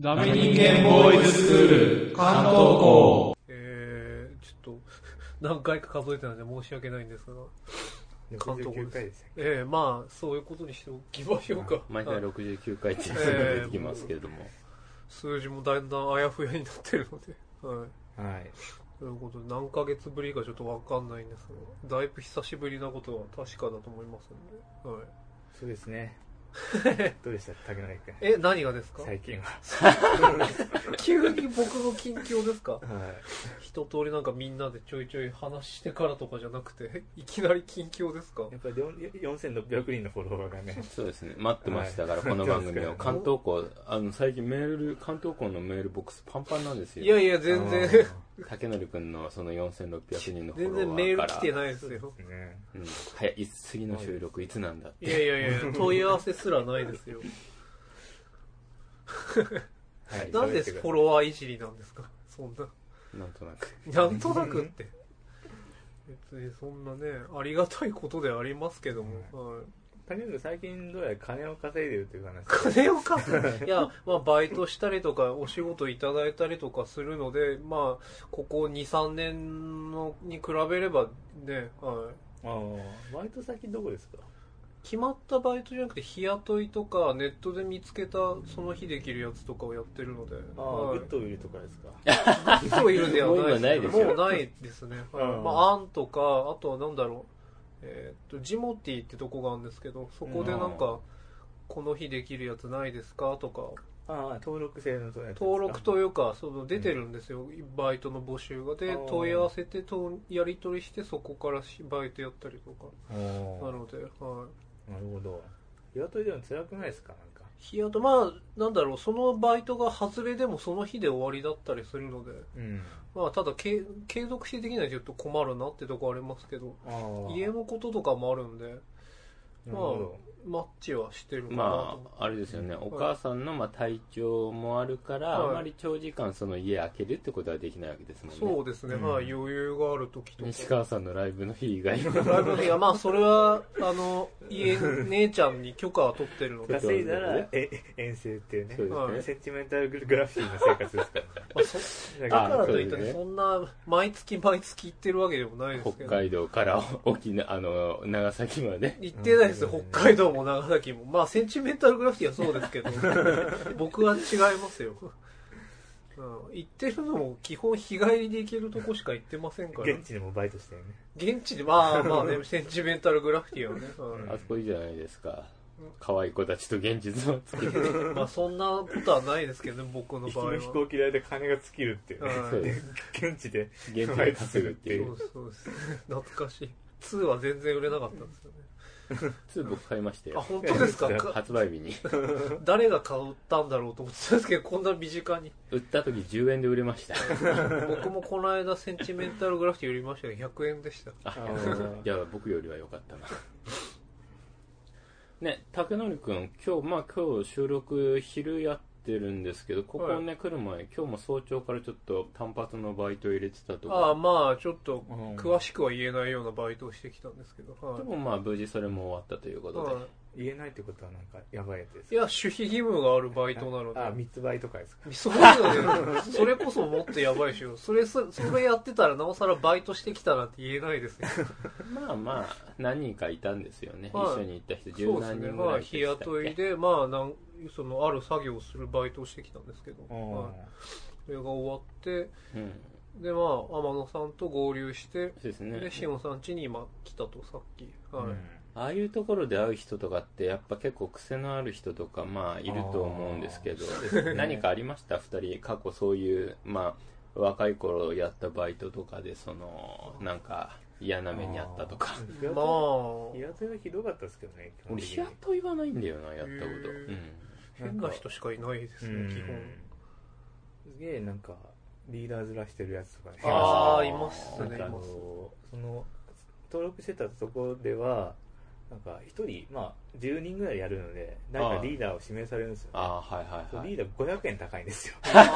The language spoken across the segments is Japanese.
ダメ人間ボーイズスクール関東校。 ちょっと何回か数えてないので申し訳ないんですが、 関東校ですね。まあそういうことにしておきましょうか。 毎回69回って出てきますけれども、 数字もだんだんあやふやになってるので、 はい。 ということで何ヶ月ぶりかちょっとわかんないんですが、だいぶ久しぶりなことは確かだと思いますので、はい。 そうですね。どうでした竹中君。何がですか？ 最近は。 急に僕の近況ですか？ はい。 一通りなんかみんなでちょいちょい話してからとかじゃなくて、いきなり近況ですか？ やっぱり4600人のフォロワーがね。 そうですね。待ってましたから、この番組を。関東校、最近関東校のメールボックスパンパンなんですよ。 いやいや、全然。 竹則くんのその4600人のフォロワーから。 全然メール来てないですよ。 早い、次の収録いつなんだって。 いやいやいや、問い合わせすらないですよ。なんでフォロワーいじりなんですか？そんな。 なんとなく。 なんとなくって。別にそんなね、ありがたいことではありますけども。 竹内最近どうやら金を稼いでるっていう話。 金を稼いでいや、まあバイトしたりとかお仕事いただいたりとかするので、まあここ2、3年のに比べればね、はい。 バイト先どこですか？ 決まったバイトじゃなくて日雇いとかネットで見つけたその日できるやつとかをやってるので、 グッドウィルとかですか？ グッドウィルではないです。 もうないですね。まあアンとか、あとはなんだろう。ジモティってとこがあるんですけど、そこでなんかこの日できるやつないですかとか、 登録制のやつですか？ 登録というか出てるんですよ、バイトの募集が。で問い合わせてやり取りしてそこからバイトやったりとかなので、はい。 なるほど。日雇いでも辛くないですか？なんか日雇い、まあなんだろう、そのバイトが外れでもその日で終わりだったりするので、まあただ継続してできないとちょっと困るなってとこありますけど、家のこととかもあるんで、まあマッチはしてるかなと。 まああれですよね、お母さんの体調もあるから、あまり長時間その家開けるってことはできないわけですもんね。 そうですね、まあ余裕がある時とか。 西川さんのライブの日以外のライブの日はまあそれは姉ちゃんに許可は取ってるので。 稼いだら遠征っていうね、センチメンタルグラフィーの生活ですからね。 だからといってね、そんな毎月行ってるわけでもないですけど。 北海道から長崎まで行ってないですよ。北海道も長崎も。まあセンチメンタルグラフィティはそうですけど僕は違いますよ。行ってるのも基本日帰りで行けるとこしか行ってませんから。 現地でもバイトしてるね。 現地でまあね、センチメンタルグラフィティはね、 あそこいいじゃないですか。可愛い子たちと現実をつけてまあそんなことはないですけどね、僕の場合は。 飛行機代で金が尽きるっていうね。現地で稼ぐっていう。 そうです。懐かしい。2は全然売れなかったんですよね。 2僕買いましたよ。 あ、本当ですか？ 発売日に。 誰が買ったんだろうと思ってたんですけど、こんな身近に。 売った時10円で売れました。 僕もこの間センチメンタルグラフィティ売りましたけど、100円でした。 いや、僕よりは良かったな。ね、竹則くん、今日収録昼やってるんですけど、ここね、来る前、今日も早朝からちょっと単発のバイト入れてたとか。 まあちょっと詳しくは言えないようなバイトをしてきたんですけど、 でもまあ無事それも終わったということで。 言えないってことはなんかやばいやつですか？ いや、守秘義務があるバイトなので。 密売とかですか？ そういうので、それこそもっとやばいしよ。それやってたらなおさらバイトしてきたなんて言えないですよ。 まあ何人かいたんですよね。一緒に行った人10何人ぐらいでしたっけ？ 日雇いである作業をするバイトをしてきたんですけど、それが終わって、でまあ天野さんと合流して、でしおんさん家に今来たと、さっき。 ああいうところで会う人とかってやっぱ結構癖のある人とかいると思うんですけど、何かありました2人過去そういう若い頃やったバイトとかでなんか嫌な目にあったとか。 日雇いはひどかったですけどね。 俺日雇いはないんだよな、やったこと。 変な人しかいないですね、基本。 すげえなんかリーダー面してるやつとかね。 いますね。 登録してたところではなんか1人10人ぐらいやるので誰かリーダーを指名されるんですよ、ね。リーダー500円高いんですよ。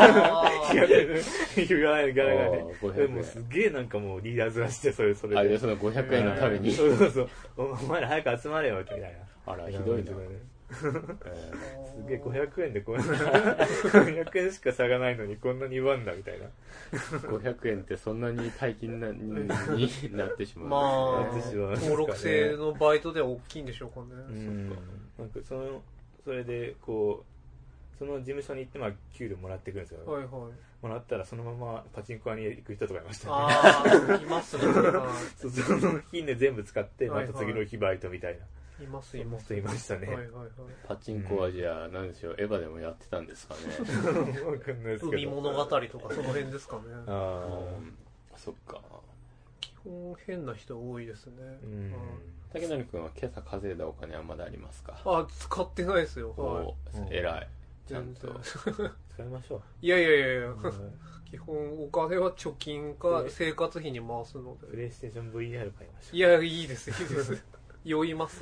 日がね。でもすげえなんかもうリーダー面してそれで。 その500円のために。 そう。お前ら早く集まれよみたいな。 あらひどいな。 すげえ500円でこんな500円しか差がないのにこんなに言わんだみたいな。 500円ってそんなに大金になってしまう。 まあ、 なってしまう、 登録制のバイトでは大きいんでしょうかね。 なんかそれでこうその事務所に行ってまあ給料もらってくるんですよ。 はいはい。 もらったらそのままパチンコ屋に行く人とかいましたね。 ああ、いますね。 その金で全部使ってまた次の日バイトみたいな。 いますいましたね。 はいはいはい。 パチンコはじゃあ何でしょう、エヴァでもやってたんですかね。 わかんないですけど。 海物語とかその辺ですかね。 そっか。 基本変な人多いですね。 竹成君は今朝稼いだお金はまだありますか？ 使ってないですよ。 偉い。ちゃんと使いましょう。 いや基本お金は貯金か生活費に回すので。 プレイステーション VR 買いましょう。 いや、いいです酔います。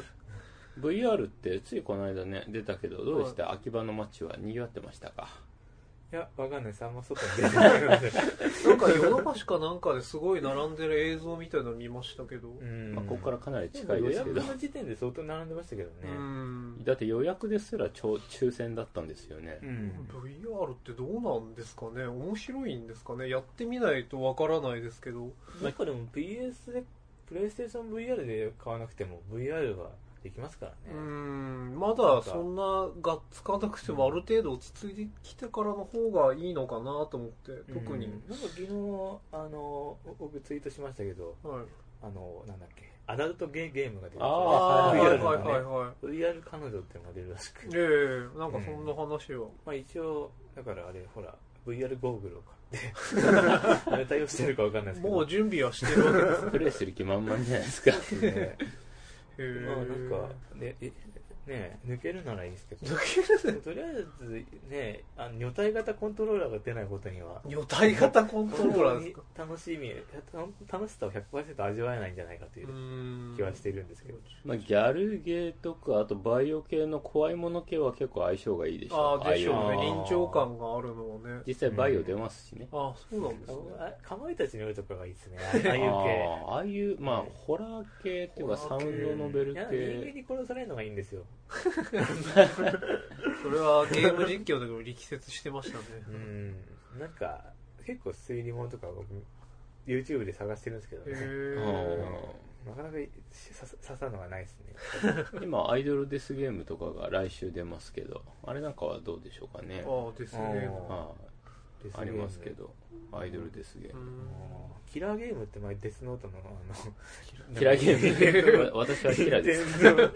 VR ってついこの間ね出たけど、どうでした？秋葉の街は賑わってましたか？ いや、わかんないです。あんま外に出てないのでなんかヨドバシかなんかですごい並んでる映像みたいなの見ましたけど、 まあ、ここからかなり近いですけど、 予約の時点で相当並んでましたけどね。 だって予約ですら抽選だったんですよね。 VR ってどうなんですかね。面白いんですかね。やってみないとわからないですけど。 なんかでも PS でプレイステーション VR で買わなくても VR はできますからね。 まだそんながっつかなくてもある程度落ち着いてきてからの方がいいのかなと思って、特に。 なんか昨日僕ツイートしましたけど、なんだっけ、アダルトゲームが出てきて、VR 彼女ってのが出るらしくて、 なんかそんな話は、 まあ一応だからあれほら VR ゴーグルを買ってあれ対応してるかわかんないですけど、 もう準備はしてるわけですプレイする気満々じゃないですか。 まあなんかね抜けるならいいですけど、とりあえずね女体型コントローラーが出ないことには女体型コントローラーですか。 楽しさを 100% 味わえないんじゃないかという気はしているんですけど、 まあ、ギャルゲーとかあとバイオ系の怖いもの系は結構相性がいいでしょう。 でしょうね。臨場感があるのはね。 実際バイオ出ますしね。 そうなんですね。 かまいたちの夜とかがいいですね。 ああいうまあホラー系っていうかサウンドノベル系、 人間に殺されるのがいいんですよ。 それはゲーム実況でも力説してましたね。 なんか結構推理物とか僕 YouTube で探してるんですけどね。なかなか刺さるのがないですね。 今アイドルデスゲームとかが来週出ますけど、あれなんかはどうでしょうかね。 デスゲームありますけど、アイドルデスゲーム。 キラーゲームって前デスノートのキラーゲーム私はキラーです。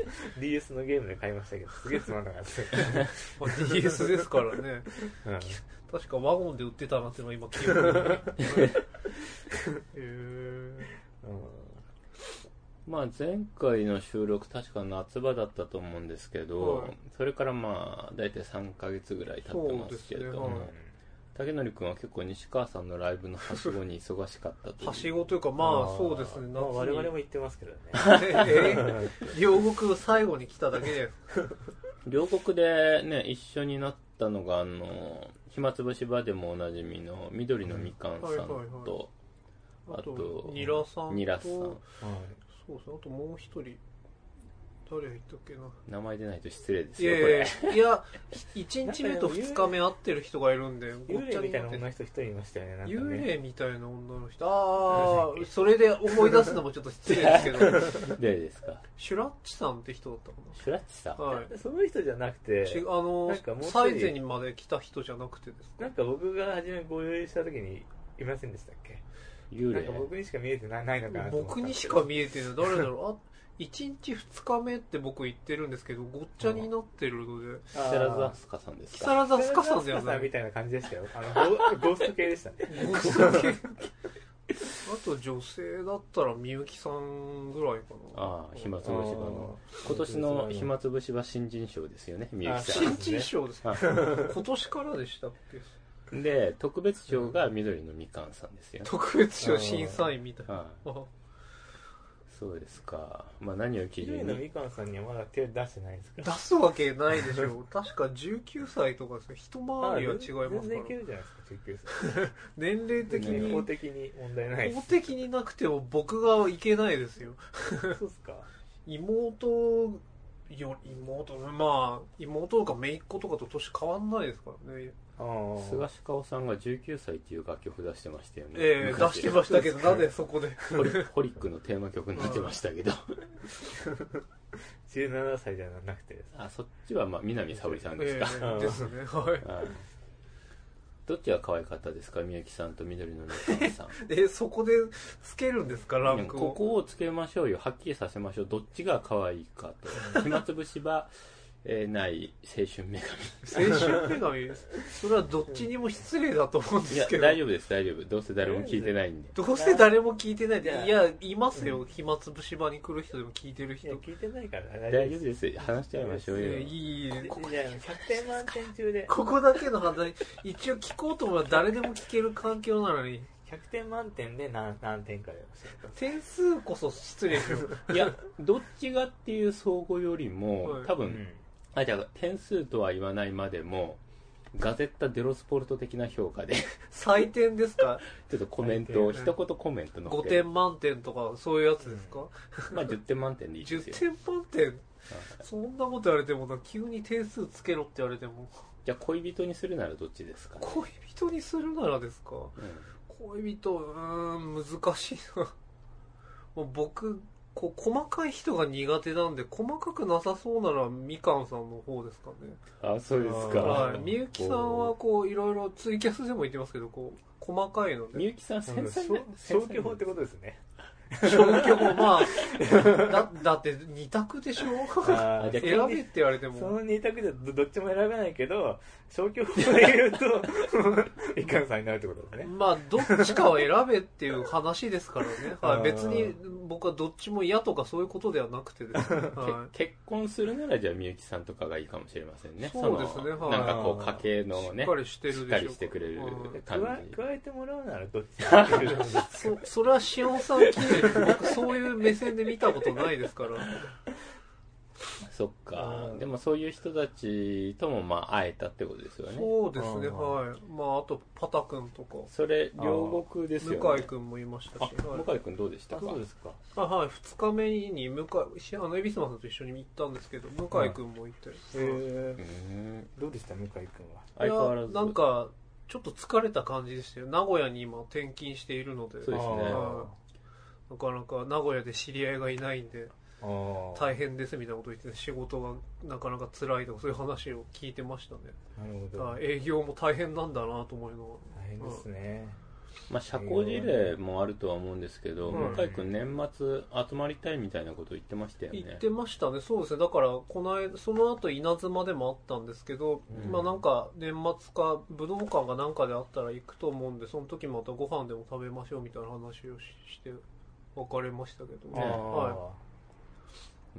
DS のゲームで買いましたけど、すげえつまんなかった。 DS ですからね。確かワゴンで売ってたなっていうのは今記憶まあ前回の収録確か夏場だったと思うんですけど、それからまあ大体3ヶ月ぐらい経ってますけど、竹成君は結構西川さんのライブのはしごに忙しかったという。 はしごというか、まあそうですね。 我々も行ってますけどね。 両国最後に来ただけです。 両国でね一緒になったのが暇つぶし場でもおなじみの緑のみかんさんと、あとニラさんと、 そうですね、あともう一人誰言ったっけな。 名前出ないと失礼ですよ。いや1日目と2日目会ってる人がいるんで、 幽霊みたいな女の人一人いましたよね。 幽霊みたいな女の人、それで思い出すのもちょっと失礼ですけど。 誰ですか？ シュラッチさんって人だったかな。 シュラッチさん、 その人じゃなくて、 サイゼにまで来た人じゃなくてですか。 なんか僕が初めご用意した時にいませんでしたっけ？ 幽霊。 なんか僕にしか見えてないのかなと思った。 僕にしか見えてない。誰だろう。1日2日目って僕言ってるんですけど、ごっちゃになってるので。 木更津飛鳥さんですか？ 木更津飛鳥さんじゃない。 みたいな感じでしたよ。ゴースト系でしたね。 ゴースト系。あと女性だったらみゆきさんぐらいかな。 暇つぶし場の今年の暇つぶし場新人賞ですよね、みゆきさん。 新人賞ですか？今年からでしたっけ？ で特別賞が緑のみかんさんですよね。 特別賞審査員みたいな。 そうですか。まあ何を基準に。 緑のみかんさんにはまだ手出してないですか？ 出すわけないでしょう。確か19歳とかですね。一回りは違いますから。 全然いけるじゃないですか、19歳。 年齢的に。 法的に問題ないです。 法的になくても僕がいけないですよ。 そうっすか。 妹妹とか姪っ子とかと年変わんないですからね。 菅氏香さんが19歳っていう楽曲出してましたよね。 出してましたけど、なんでそこでホリックのテーマ曲になってましたけど 17歳じゃなくて、 そっちは南沙織さんですか。 ですね。はい。 どっちが可愛かったですか、みゆきさんと緑のみかんさん。そこでつけるんですか、ランクを。 ここをつけましょうよ、はっきりさせましょう、どっちが可愛いかと。暇つぶしはない青春女神。青春女神です。それはどっちにも失礼だと思うんですけど。 いや、大丈夫です、大丈夫。どうせ誰も聞いてないんで。 どうせ誰も聞いてないんで。いや、いますよ。暇つぶし場に来る人でも聞いてる人。 聞いてないから大丈夫です。話しちゃいましょうよ。 いい。 100点満点中で。 ここだけの話、一応聞こうと思えば誰でも聞ける環境なのに。 100点満点で何点かで点数こそ失礼よ。 いや、どっちがっていう相互よりも、多分、じゃあ点数とは言わないまでもガゼッタ・デロスポルト的な評価で採点ですか。 ちょっとコメントを一言コメントの 5点満点とかそういうやつですか。 10点満点でいいですよ。 10点満点、そんなこと言われてもな、急に点数つけろって言われても。 じゃあ恋人にするならどっちですか。 恋人にするならですか、恋人難しいな。もう僕細かい人が苦手なんで、細かくなさそうならみかんさんの方ですかね。 そうですか。 はい。みゆきさんはいろいろツイキャスでも言ってますけど、細かいので。 みゆきさん消去法ってことですね。 消去法、だって2択でしょ。選べって言われても。 その2択でどっちも選べないけど、消去法で言うとみかんさんになるってことですね。 どっちかは選べっていう話ですからね。はい。別に僕はどっちも嫌とかそういうことではなくてですね。 結婚するならじゃあみゆきさんとかがいいかもしれませんね。 そうですね。 なんか家計のね、 しっかりしてるでしょ。 しっかりしてくれる感じ。 加えてもらうならどっちそれはしおんさん記念。僕そういう目線で見たことないですから。 そっか。でもそういう人たちとも会えたってことですよね。 そうですね。はい。あとパタ君とか。 それ両国ですよね。 向井君もいましたし。 向井君どうでしたか。 そうですか。 はい。2日目に恵比寿さんと一緒に行ったんですけど、向井君もいて。 どうでした向井君は。 相変わらず。 なんかちょっと疲れた感じでしたよ。名古屋に今転勤しているので。 そうですね。 なかなか名古屋で知り合いがいないんで大変ですみたいなこと言って、仕事がなかなか辛いとかそういう話を聞いてましたね。 なるほど。 営業も大変なんだなと思いながら。 大変ですね。 社交辞令もあるとは思うんですけど、向井君年末集まりたいみたいなこと言ってましたよね。 言ってましたね。そうですね。だからその後稲妻でもあったんですけど、なんか年末か武道館がなんかであったら行くと思うんで、その時またご飯でも食べましょうみたいな話をして別れましたけどね。はい。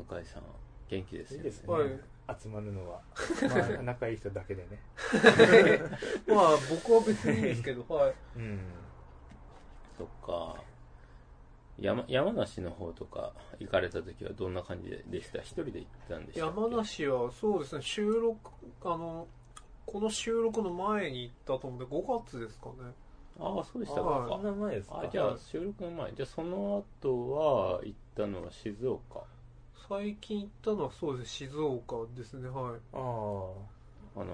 向井さん元気ですよね。 いいですね。集まるのは仲いい人だけでね。 僕は別にいいですけど、はい。 そっか。山梨の方とか行かれた時はどんな感じでした？一人で行ったんでしたっけ？ 山梨はそうですね、この収録の前に行ったと思うんで5月ですかね。 そうでしたか。 そんな前ですか。 じゃあ収録の前。じゃあその後は行ったのは静岡。 最近行ったのはそうです、静岡ですね。はい。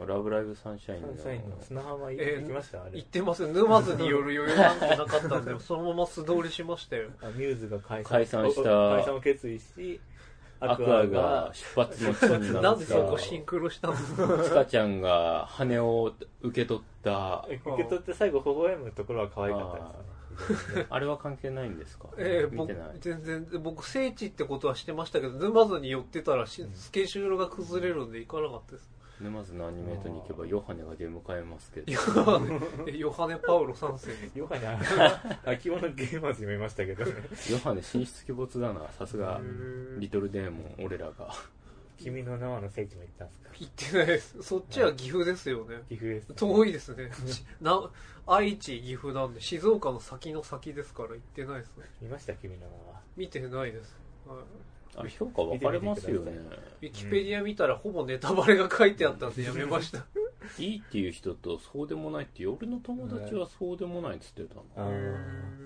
ラブライブサンシャインの砂浜行きました？ 行ってますよ。沼津に寄る余裕なんてなかったんでそのまま素通りしましたよ。 ミューズが解散を決意し、 アクアが出発の地になった。 なんでそこシンクロしたの？ スカちゃんが羽を受け取って最後微笑むところは可愛かったですね。 あれは関係ないんですか？ 全然僕聖地ってことはしてましたけど、沼津に寄ってたらスケジュールが崩れるんで行かなかったです。 沼津のアニメートに行けばヨハネが出迎えますけど。 ヨハネ・パウロ3世。 ヨハネ秋葉のゲーマーズにもいましたけどね。 ヨハネ神出鬼没だな。さすがリトルデーモン俺らが。 君の名はの聖地も行ったんですか？ 行ってないです。そっちは岐阜ですよね。 岐阜です。 遠いですね。愛知、岐阜なんで静岡の先の先ですから行ってないですね。 見ました君の名は？ 見てないです。 評価分かれますよね。 ウィキペディア見たらほぼネタバレが書いてあったんでやめました。 いいっていう人とそうでもないっていう、俺の友達はそうでもないっつってたの。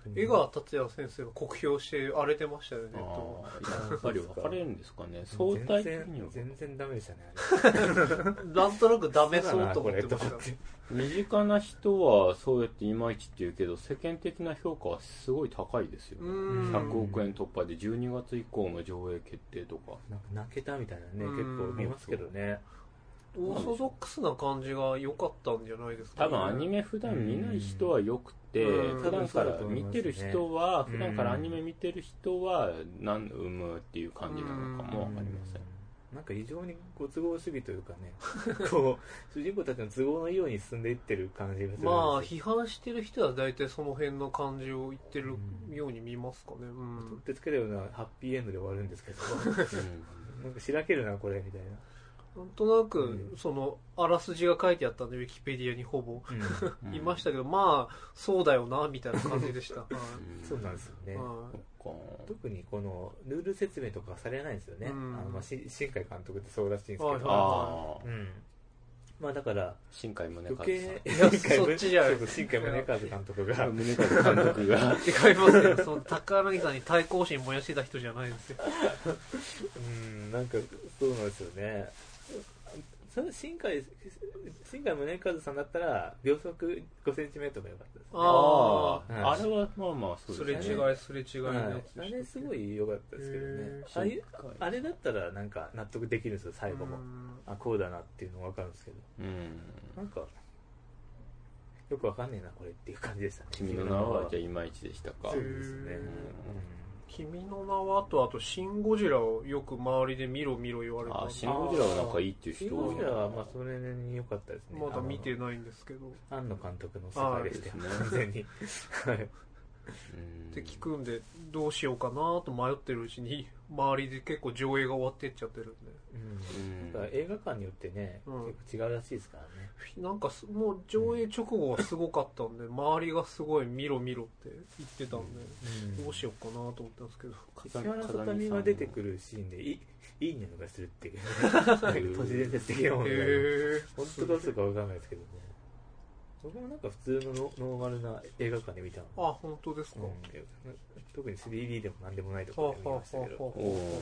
江川達也先生が酷評して荒れてましたよね。 やっぱり分かれるんですかね。相対的には全然ダメでしたね。 なんとなくダメそうと思ってました。 身近な人はそうやっていまいちって言うけど、世間的な評価はすごい高いですよね。100億円突破で12月以降の上映決定とか。 なんか泣けたみたいなね、結構見ますけどね。 オーソドックスな感じが良かったんじゃないですか、 ね、多分アニメ普段見ない人はよくて、普段から見てる人は、普段からアニメ見てる人はっていう感じなのかもわかりません。 なんか非常にご都合主義というかねこう主人公たちの都合のいいように進んでいってる感じがするんですよ。 まあ批判してる人は大体その辺の感じを言ってるように見ますかね。 取ってつけたようなハッピーエンドで終わるんですけどなんかしらけるなこれみたいな。 なんとなく、そのあらすじが書いてあったんでウィキペディアにほぼ、いましたけど、まあそうだよなみたいな感じでした。 そうなんですよね。特にこのルール説明とかされないんですよね。新海監督ってそうらしいんですけど、まあだから新海宗和そっちじゃ新海宗和監督が違いますよ。その高柳さんに対抗心燃やしてた人じゃないですよ。 なんかそうなんですよね。新海宗和さんだったら秒速 5cm が良かったですね。 あれはまあまあそうですね。 すれ違いのやつ。 あれすごい良かったですけどね。あれだったらなんか納得できるんですよ、最後も。こうだなっていうのが分かるんですけど、なんかよくわかんねえなこれっていう感じでしたね。 君の名はじゃあいまいちでしたか。 そうですね。 君の名はとあとシン・ゴジラをよく周りで見ろ見ろ言われた。 シン・ゴジラはなんかいいっていう人。 シン・ゴジラはまあそれなりに良かったですね。 まだ見てないんですけど。 庵野監督の世界でしたよね。完全に。 って聞くんでどうしようかなと迷ってるうちに周りで結構上映が終わってっちゃってるんで、 だから映画館によってね、結構違うらしいですからね。 なんかもう上映直後はすごかったんで、周りがすごい見ろ見ろって言ってたんで、どうしようかなと思ったんですけど、 石原さとみが出てくるシーンでいいねのがするっていう都市伝説的なものが本当どうするか分かんないですけどね。僕もなんか普通のノーマルな映画館で見たの。 本当ですか。 特に 3D でもなんでもないところで見ましたけど。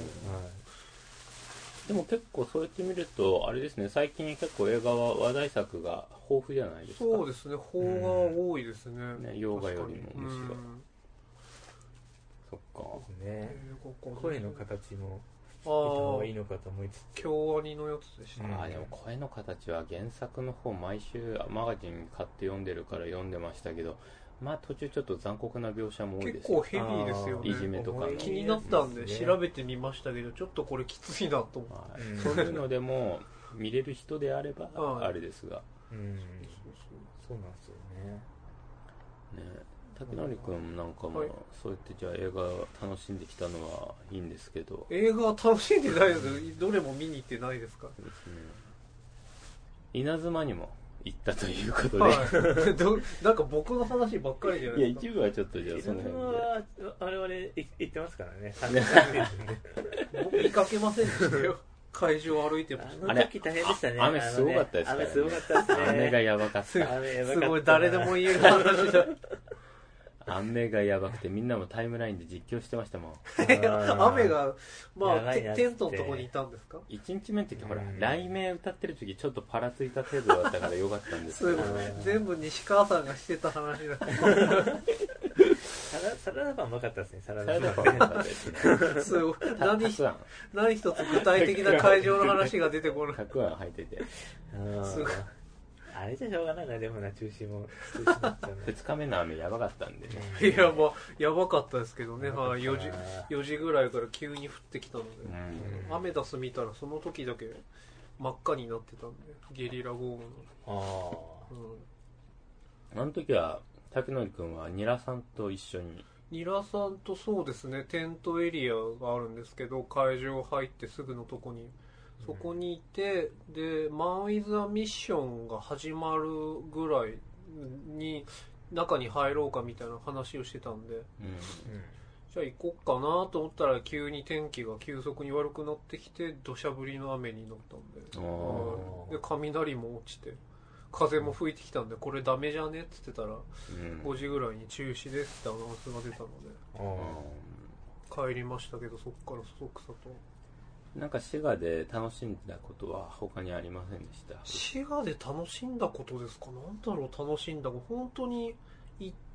でも結構そうやって見るとあれですね、最近結構映画は話題作が豊富じゃないですか。 そうですね、邦画多いですね。 洋画よりもむしろ。そっか。 ね。声の形も見た方がいいのかと思いつつ、 京アニのやつでした。 でも声の形は原作の方毎週マガジン買って読んでるから読んでましたけど、まあ途中ちょっと残酷な描写も多いですよ。 結構ヘビーですよね。 いじめとかの気になったんで調べてみましたけど、ちょっとこれきついなと思って、 そういうのでも見れる人であればあれですが、 そうなんですよね。 竹成君なんかもそうやってじゃあ映画楽しんできたのはいいんですけど、 映画は楽しんでないですよ。どれも見に行ってないですか。 そうですね。稲妻にも行ったということで、 なんか僕の話ばっかりじゃないですか。 いや一部はちょっとじゃあその辺で我々行ってますからね。 僕見かけませんでしたよ。会場を歩いてました。 あの時大変でしたね。 雨すごかったですからね。 雨すごかったですね。 雨がやばかった。 すごい誰でも言える話だ。 雨がやばくてみんなもタイムラインで実況してましたもん。 雨がテントのとこにいたんですか。 1日目の時ほら雷鳴歌ってる時ちょっとパラついた程度だったからよかったんですけど、 全部西川さんがしてた話だ。 サラダパンうまかったですね。サラダパンうまかったですね。 すごい。何一つ具体的な会場の話が出てこない。 たくあん入ってて。 すごい。あれじゃしょうがないな、でもな、中止も。 2日目の雨やばかったんでね。 いや、まあ、やばかったですけどね。4時ぐらいから急に降ってきたので、アメダス見たらその時だけ真っ赤になってたんで、ゲリラ豪雨の。 あの時は竹野君はニラさんと一緒に。 ニラさんとそうですね、テントエリアがあるんですけど、会場入ってすぐのとこにそこにいて、でマン・ウィズ・ア・ミッションが始まるぐらいに中に入ろうかみたいな話をしてたんで、じゃあ行こっかなと思ったら急に天気が急速に悪くなってきて土砂降りの雨になったんで、で雷も落ちて風も吹いてきたんでこれダメじゃねって言ってたら、5時ぐらいに中止ですってアナウンスが出たので、帰りましたけど、そこからそそくさと。 なんか滋賀で楽しんだことは他にありませんでした？ 滋賀で楽しんだことですか？なんだろう、楽しんだこと。本当に行って、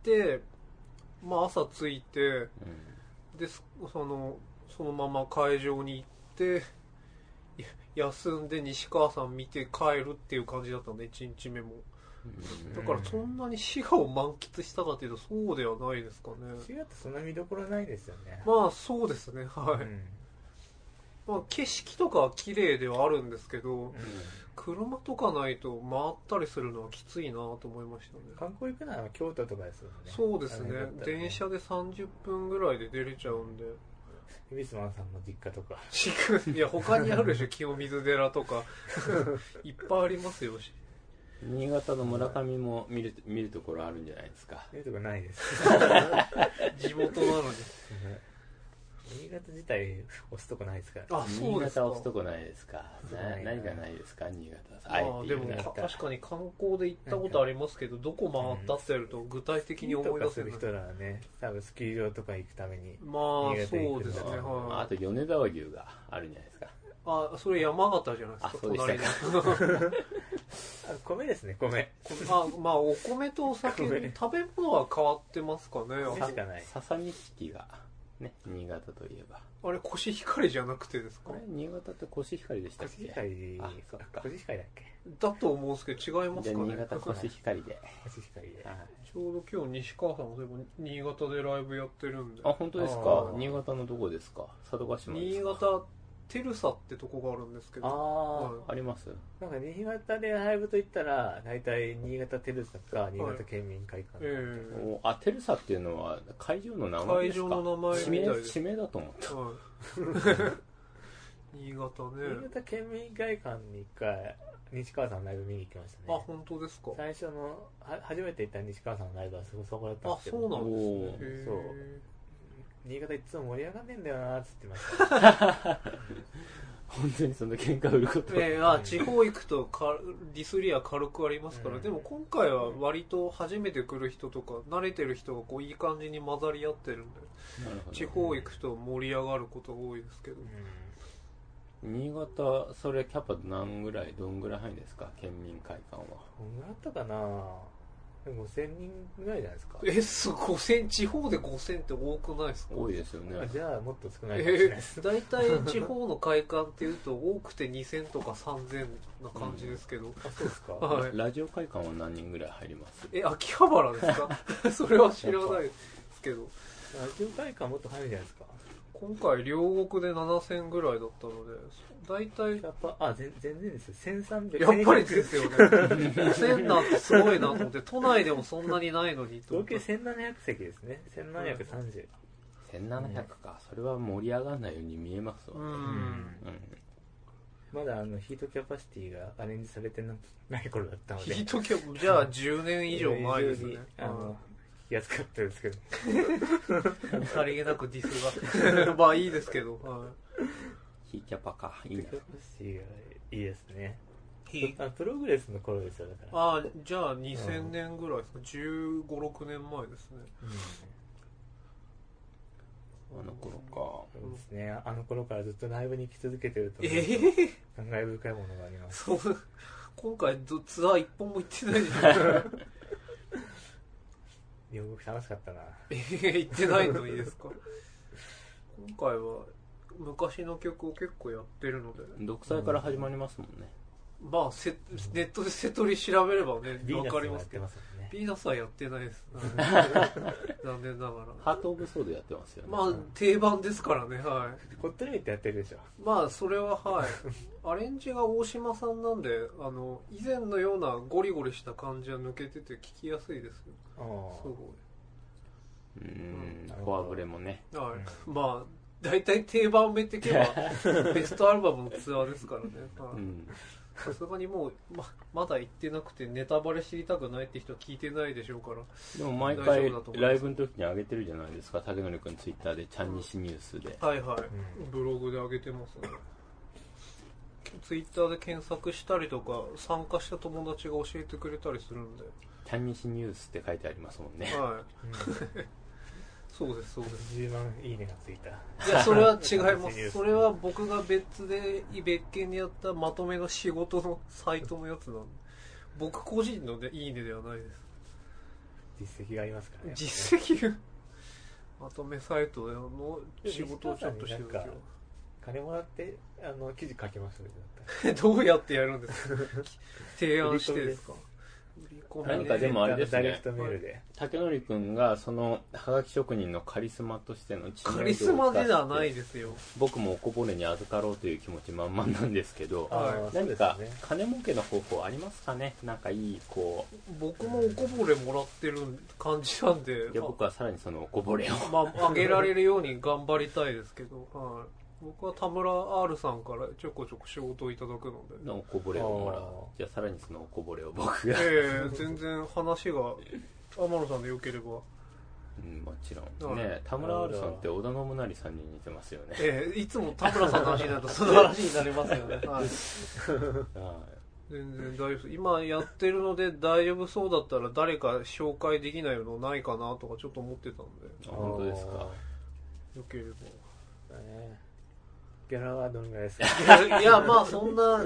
まあ朝着いて、でそのまま会場に行って休んで西川さん見て帰るっていう感じだったんで、1日目も。だからそんなに滋賀を満喫したかというとそうではないですかね。 滋賀ってそんな見どころないですよね。 まあそうですね、はい、まあ、景色とかは綺麗ではあるんですけど、車とかないと回ったりするのはきついなと思いましたね。 観光行くなら京都とかですよね。 そうですね、電車で30分ぐらいで出れちゃうんで。 恵比寿マンさんの実家とか。 いや他にあるでしょ、清水寺とかいっぱいありますよ。 新潟の村上も見るところあるんじゃないですか？ 見るところないです地元なのに新潟自体押すとこないですから。 あ、そうですか。 新潟押すとこないですか？何がないですか新潟？ でも確かに観光で行ったことありますけど、どこ回ったってやると具体的に思い出せない。 スキーとかする人らはね、多分スキー場とか行くために。 まあそうですね、 あと米沢牛があるんじゃないですか？ あ、それ山形じゃないですか。 あ、そうでしたか。 米ですね、米。 まあお米とお酒、食べ物は変わってますかね。 笹錦がね、新潟といえば。 あれコシヒカリじゃなくてですか？ あれ新潟ってコシヒカリでしたっけ？ コシヒカリ、コシヒカリだっけ？ だと思うんですけど違いますかね。 じゃあ新潟コシヒカリで。 コシヒカリで。 ちょうど今日西川さんも新潟でライブやってるんで。 あ、本当ですか？新潟のどこですか？佐渡島ですか？ 新潟テルサってとこがあるんですけど。 あります？ なんか新潟でライブといったら大体新潟テルサか新潟県民会館、 あ、テルサっていうのは会場の名前ですか？ 会場の名前みたいです。 地名だと思った、 新潟ね。 新潟県民会館に1回西川さんのライブ見に行きましたね。 あ、本当ですか？ 最初の初めて行った西川さんのライブはそこだったんですけど。 あ、そうなんですね。 そう、新潟いつも盛り上がんねえんだよなーって言ってました本当にその喧嘩売ること地方行くとディスりは軽くありますから、でも今回は割と初めて来る人とか慣れてる人がこういい感じに混ざり合ってるんで、地方行くと盛り上がることが多いですけど、 新潟それキャパどんぐらい入るんですか？県民会館はどんぐらいあったかな。5000人ぐらいじゃないですか。 5000、地方で5000って多くないですか？ 多いですよね。 じゃあもっと少ないかもしれないです。 大体地方の会館っていうと多くて2000とか3000な感じですけど、 あ、そうですか、 ラジオ会館は何人ぐらい入ります？ 秋葉原ですか？それは知らないですけど。 ラジオ会館もっと入るんじゃないですか。 今回両国で7000ぐらいだったので、大体やっぱ全然ですよ。1300。 やっぱりですよね。5000なんてすごいなと思って、都内でもそんなにないのにと。 合計1700席ですね。1730。 1700か。それは盛り上がらないように見えますわね。 まだヒートキャパシティがアレンジされてない頃だったので。 ヒートキャパ、じゃあ10年以上前ですね。 安かったですけどさりげなくディスがまあいいですけど、 ヒーキャパかいいな。 キャパシティがいいですね。プログレスの頃ですよ。だからじゃあ2000年ぐらいですか？15、6年前ですね。 あの頃か。 そうですね。あの頃からずっとライブに行き続けてると感慨深いものがあります。 今回ツアー1本も行ってないじゃん。 両国楽しかったな。 行ってないのにですか？今回は昔の曲を結構やってるので。 独裁から始まりますもんね。 まあネットで瀬戸り調べればね分かりますけど。 ビーナスはやってないです。残念ながら。 ハートオブソードやってますよね。 まあ定番ですからね。はい。 コットレイってやってるでしょ。 まあそれははい。アレンジが大島さんなんで、以前のようなゴリゴリした感じは抜けてて聞きやすいですよ。すごい。 フォアブレもね。 はい。まあ大体定番めってけばベストアルバムのツアーですからね。さすがにもう まだ行ってなくてネタバレ知りたくないって人は聞いてないでしょうから。 でも毎回ライブの時に上げてるじゃないですか。竹則くんツイッターでチャンニシニュースで。 はいはい。ブログで上げてますね。 ツイッターで検索したりとか参加した友達が教えてくれたりするんで。 キャンニシニュースって書いてありますもんね。 はい、そうですそうです。 10万いいねがついた。 いやそれは違います。それは僕が別件でやったまとめの仕事のサイトのやつなんで、僕個人のでいいねではないです。 実績がありますからね。 実績まとめサイトの仕事をちょっとしてるんですよ。 金もらって記事書きましょうよ。 どうやってやるんですか？提案してですか？ なんかでもあれですね、 ダイレクトメールで竹則くんがそのはがき職人のカリスマとしての知名度をカリスマではないですよ。 僕もおこぼれに預かろうという気持ち満々なんですけど、何か金儲けの方法ありますかね。なんかいいこう、 僕もおこぼれもらってる感じなんで、 いや僕はさらにそのおこぼれをあげられるように頑張りたいですけど、はい、僕は田村 R さんからちょこちょこ仕事をいただくので、 おこぼれをもらう。じゃあさらにそのおこぼれを僕が全然話が天野さんでよければ、 もちろんね。田村 R さんって織田信成さんに似てますよね。 いつも田村さんの話になるとその話になりますよね。はい全然大丈夫です。今やってるので大丈夫そうだったら誰か紹介できないのないかなとかちょっと思ってたんで。 本当ですか。 よければ。 ギャラはどのぐらいですか？ いやまあそんな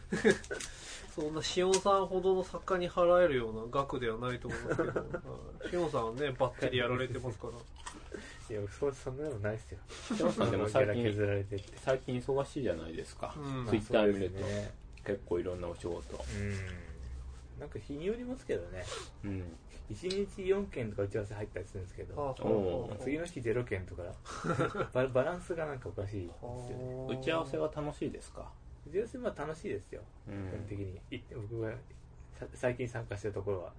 しおんさんほどの作家に払えるような額ではないと思うんですけど、しおんさんはねバッテリーやられてますから。 いやそんなのないですよ。 しおんさんでも最近削られてって最近忙しいじゃないですか。ツイッター見ると、結構いろんなお仕事。 なんか日によりますけどね。1日4件とか打ち合わせ入ったりするんですけど、次の日0件とかバランスがなんかおかしいですよね。 打ち合わせは楽しいですか？ 打ち合わせは楽しいですよ、基本的に。僕が最近参加してるところは。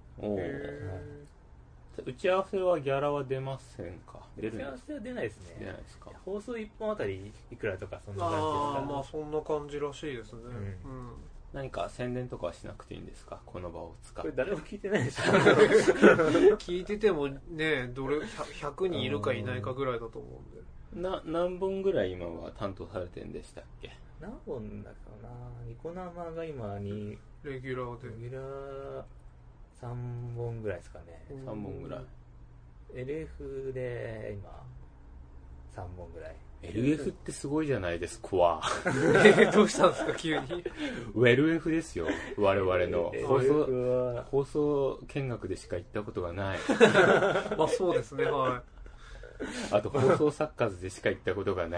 打ち合わせはギャラは出ませんか？ 打ち合わせは出ないですね。 出ないですか？ 放送1本あたりいくらとかそんな感じですか？ まあそんな感じらしいですね。 何か宣伝とかはしなくていいんですか？この場を使って。 これ誰も聞いてないでしょ。 聞いててもね、100人いるかいないかぐらいだと思うんで。 何本ぐらい今は担当されてるんでしたっけ？ 何本だかな。ニコ生が今にレギュラー 3本ぐらいですかね。 3本ぐらい。 LF で今3本ぐらい。 LF ってすごいじゃないですか。 どうしたんですか急に。 ウェル F ですよ、我々の放送見学でしか行ったことがない。 まあそうですね、はい。 あと放送作家でしか行ったことがない。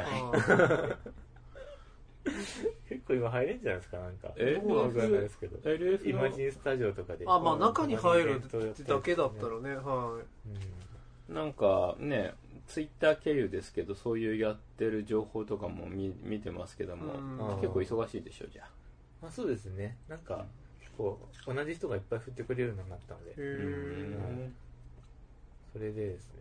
結構今入れんじゃないですか。なんかですけど、 LF イマジンスタジオとかで。 まあ中に入るだけだったらね、はい。 なんかね、ツイッター経由ですけど、そういうやってる情報とかも見てますけども、結構忙しいでしょ。じゃあそうですね。なんか結構同じ人がいっぱい振ってくれるようになったので、それでです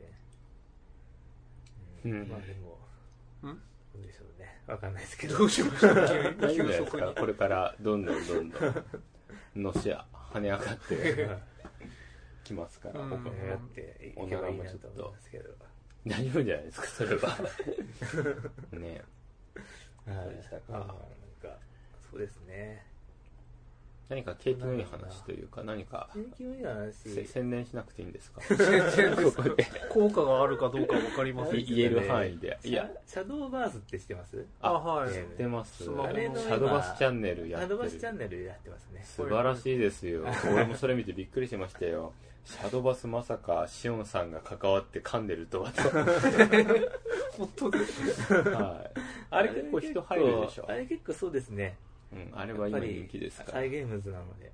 ね、まあでもどうでしょうね、わかんないですけど。 どうしました大丈夫ですか？これからどんどんのし跳ね上がってきますから、 僕もやっていけばいいなと思いますけど。 大丈夫じゃないですか、それは。ねえ。そうでしたか。 なんかそうですね。 何か景気のいい話というか、何か宣伝しなくていいんですか？ 宣伝ですか？効果があるかどうか分かりません。 言える範囲で。 いや、シャドーバースって知ってます？ はい。 知ってます。シャドバスチャンネルやってる。 シャドバスチャンネルやってますね。 素晴らしいですよ。俺もそれ見てびっくりしましたよ。シャドバスまさかシオンさんが関わって噛んでるとはと。 本当ですか？ はい。あれ結構人入るでしょ。 あれ結構そうですね。 あれは今人気ですから。 サイゲームズなので。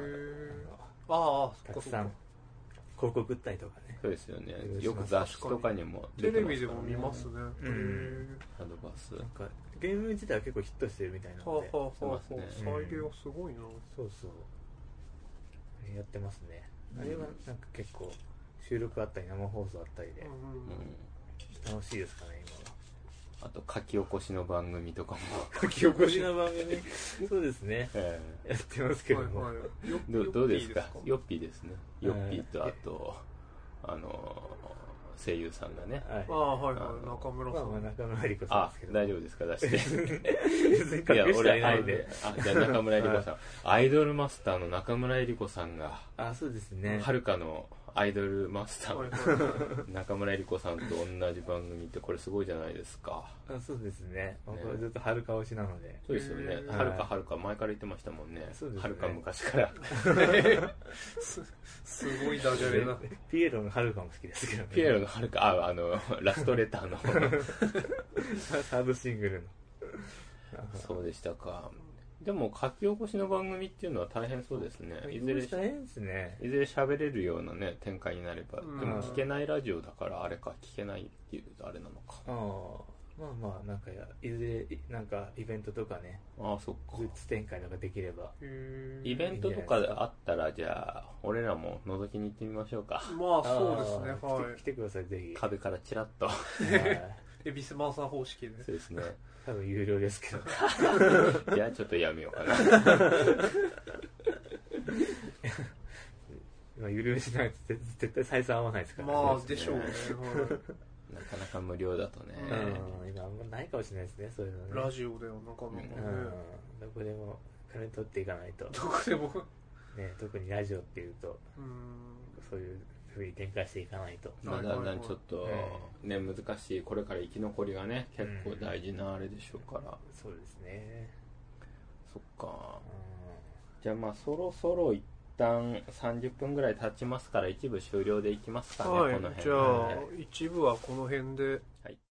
たくさん広告打ったりとかね。 そうですよね。よく雑誌とかにもテレビでも見ますね。 シャドバス。 なんかゲーム自体は結構ヒットしてるみたいなので。 再現はすごいな。 そうそう。やってますね。あれはなんか結構収録あったり生放送あったりで楽しいですかね今は。 あと書き起こしの番組とかも。 書き起こしの番組そうですね。やってますけども。 どうですか？ヨッピーですね。ヨッピーとあと声優さんがね、 はい、 ああはいはい、中村さん、 まあ中村えり子さんですけど、 大丈夫ですか、出して別に隠していないで、 じゃあ中村えり子さん、アイドルマスターの中村えり子さんが、 そうですね、 はるかのアイドルマスター、中村えり子さんと同じ番組ってこれすごいじゃないですか。 そうですね、これずっとはるか推しなので。 そうですよね、はるか前から言ってましたもんね。 そうですね、 はるか昔からすごいダジャレな。 ピエロのはるかも好きですけどね。 ピエロのはるか、ラストレターのサードシングルのそうでしたか。でも書き起こしの番組っていうのは大変そうですね。いずれ大変ですね。 いずれ喋れるようなね展開になれば、でも聞けないラジオだからあれか、聞けないっていうとあれなのか。 まあなんかいずれなんかイベントとかね、 そっか、 グッズ展開とかできれば、 イベントとかあったら、じゃあ俺らも覗きに行ってみましょうか。 まあそうですね、はい、 来てください、ぜひ。 壁からチラッと恵比寿マンサー方式で。 そうですね、 多分有料ですけどじゃあちょっとやめようかな有料にしないと絶対採算合わないですからね。 まあでしょうね、 なかなか無料だとね、 今あんまないかもしれないですね、そういうのね。 ラジオではなかなかね、 どこでも金取っていかないと、 どこでもね、特にラジオっていうとそういう風に展開していかないと、 だんだんちょっとね、難しい、これから生き残りがね結構大事なあれでしょうから、 そうですね。 そっか、じゃあまあそろそろ一旦30分ぐらい経ちますから、一部終了でいきますかね、 はい、 この辺。 じゃあ一部はこの辺で。